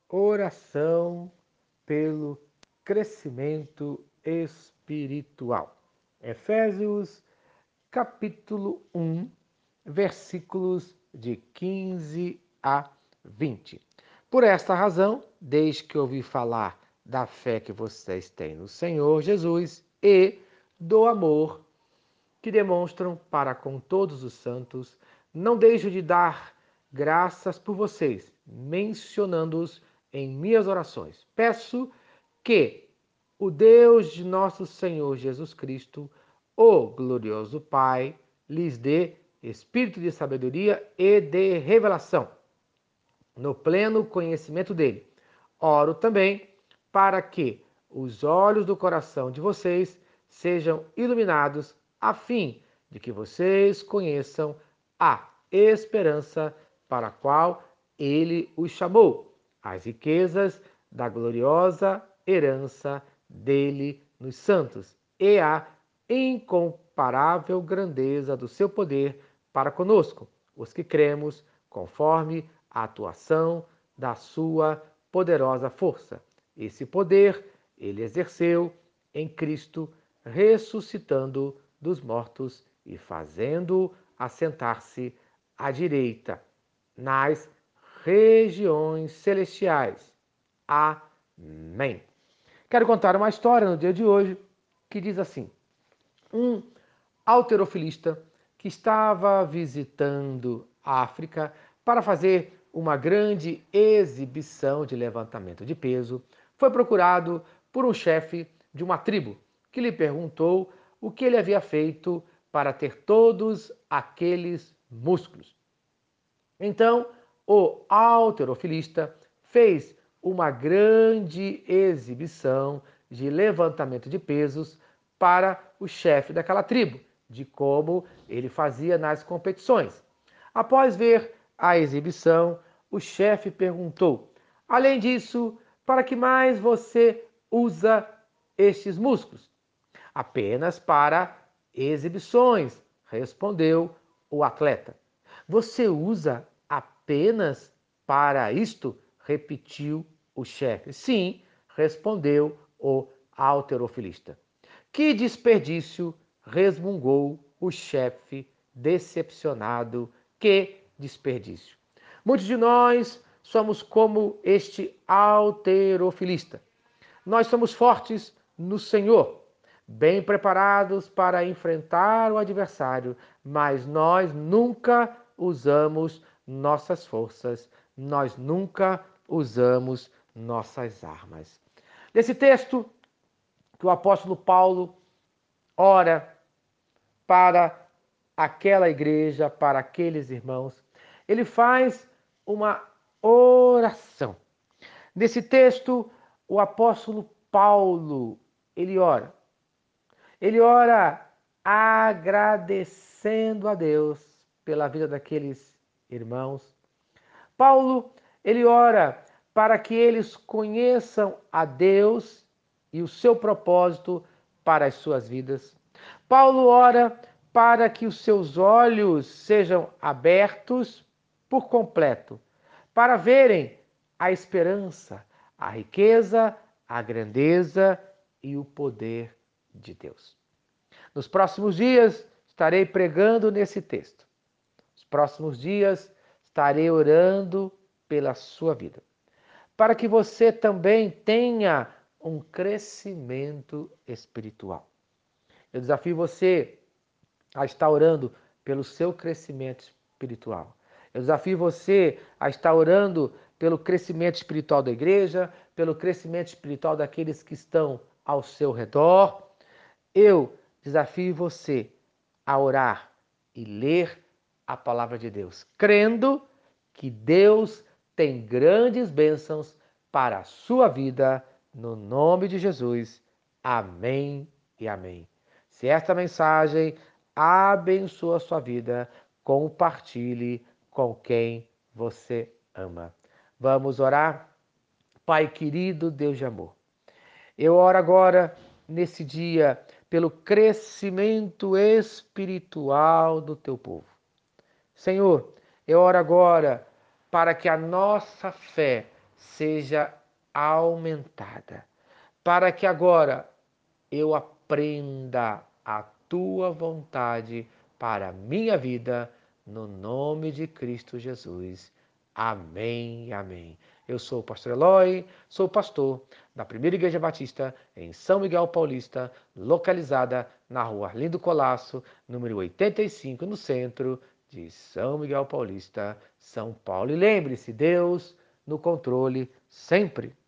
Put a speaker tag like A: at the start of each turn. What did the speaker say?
A: Oração pelo crescimento espiritual. Efésios, capítulo 1, versículos de 15 a 20. Por esta razão, desde que ouvi falar da fé que vocês têm no Senhor Jesus e do amor que demonstram para com todos os santos, não deixo de dar graças por vocês, mencionando-os em minhas orações. Peço que o Deus de nosso Senhor Jesus Cristo, o glorioso Pai, lhes dê espírito de sabedoria e de revelação, no pleno conhecimento dele. Oro também para que os olhos do coração de vocês sejam iluminados, a fim de que vocês conheçam a esperança para a qual ele os chamou, as riquezas da gloriosa herança dele nos santos e a incomparável grandeza do seu poder para conosco, os que cremos, conforme a atuação da sua poderosa força. Esse poder ele exerceu em Cristo, ressuscitando dos mortos e fazendo-o assentar-se à direita nas regiões celestiais. Amém. Quero contar uma história no dia de hoje que diz assim: um halterofilista que estava visitando a África para fazer uma grande exibição de levantamento de peso, foi procurado por um chefe de uma tribo que lhe perguntou o que ele havia feito para ter todos aqueles músculos. Então, o halterofilista fez uma grande exibição de levantamento de pesos para o chefe daquela tribo, de como ele fazia nas competições. Após ver a exibição, o chefe perguntou: além disso, para que mais você usa estes músculos? Apenas para exibições, respondeu o atleta. Você usa apenas para isto? Repetiu o chefe. Sim, respondeu o halterofilista. Que desperdício! Resmungou o chefe, decepcionado. Que desperdício! Muitos de nós somos como este halterofilista. Nós somos fortes no Senhor, bem preparados para enfrentar o adversário, mas nós nunca usamos nossas forças, nós nunca usamos nossas armas. Nesse texto, que o apóstolo Paulo ora para aquela igreja, para aqueles irmãos, ele faz uma oração. Nesse texto, o apóstolo Paulo, ele ora. Ele ora agradecendo a Deus pela vida daqueles irmãos. Paulo, ele ora para que eles conheçam a Deus e o seu propósito para as suas vidas. Paulo ora para que os seus olhos sejam abertos por completo, para verem a esperança, a riqueza, a grandeza e o poder de Deus. Nos próximos dias estarei pregando nesse texto. Nos próximos dias estarei orando pela sua vida, para que você também tenha um crescimento espiritual. Eu desafio você a estar orando pelo seu crescimento espiritual. Eu desafio você a estar orando pelo crescimento espiritual da igreja, pelo crescimento espiritual daqueles que estão ao seu redor. Eu desafio você a orar e ler a palavra de Deus, crendo que Deus tem grandes bênçãos para a sua vida, no nome de Jesus. Amém e amém. Se esta mensagem abençoa a sua vida, compartilhe com quem você ama. Vamos orar? Pai querido, Deus de amor, eu oro agora, nesse dia, pelo crescimento espiritual do teu povo. Senhor, eu oro agora para que a nossa fé seja aumentada, para que agora eu aprenda a tua vontade para a minha vida, no nome de Cristo Jesus. Amém, amém. Eu sou o pastor Eloy, sou pastor da Primeira Igreja Batista em São Miguel Paulista, localizada na rua Arlindo Colasso, número 85, no centro de São Miguel Paulista, São Paulo. E lembre-se, Deus no controle sempre.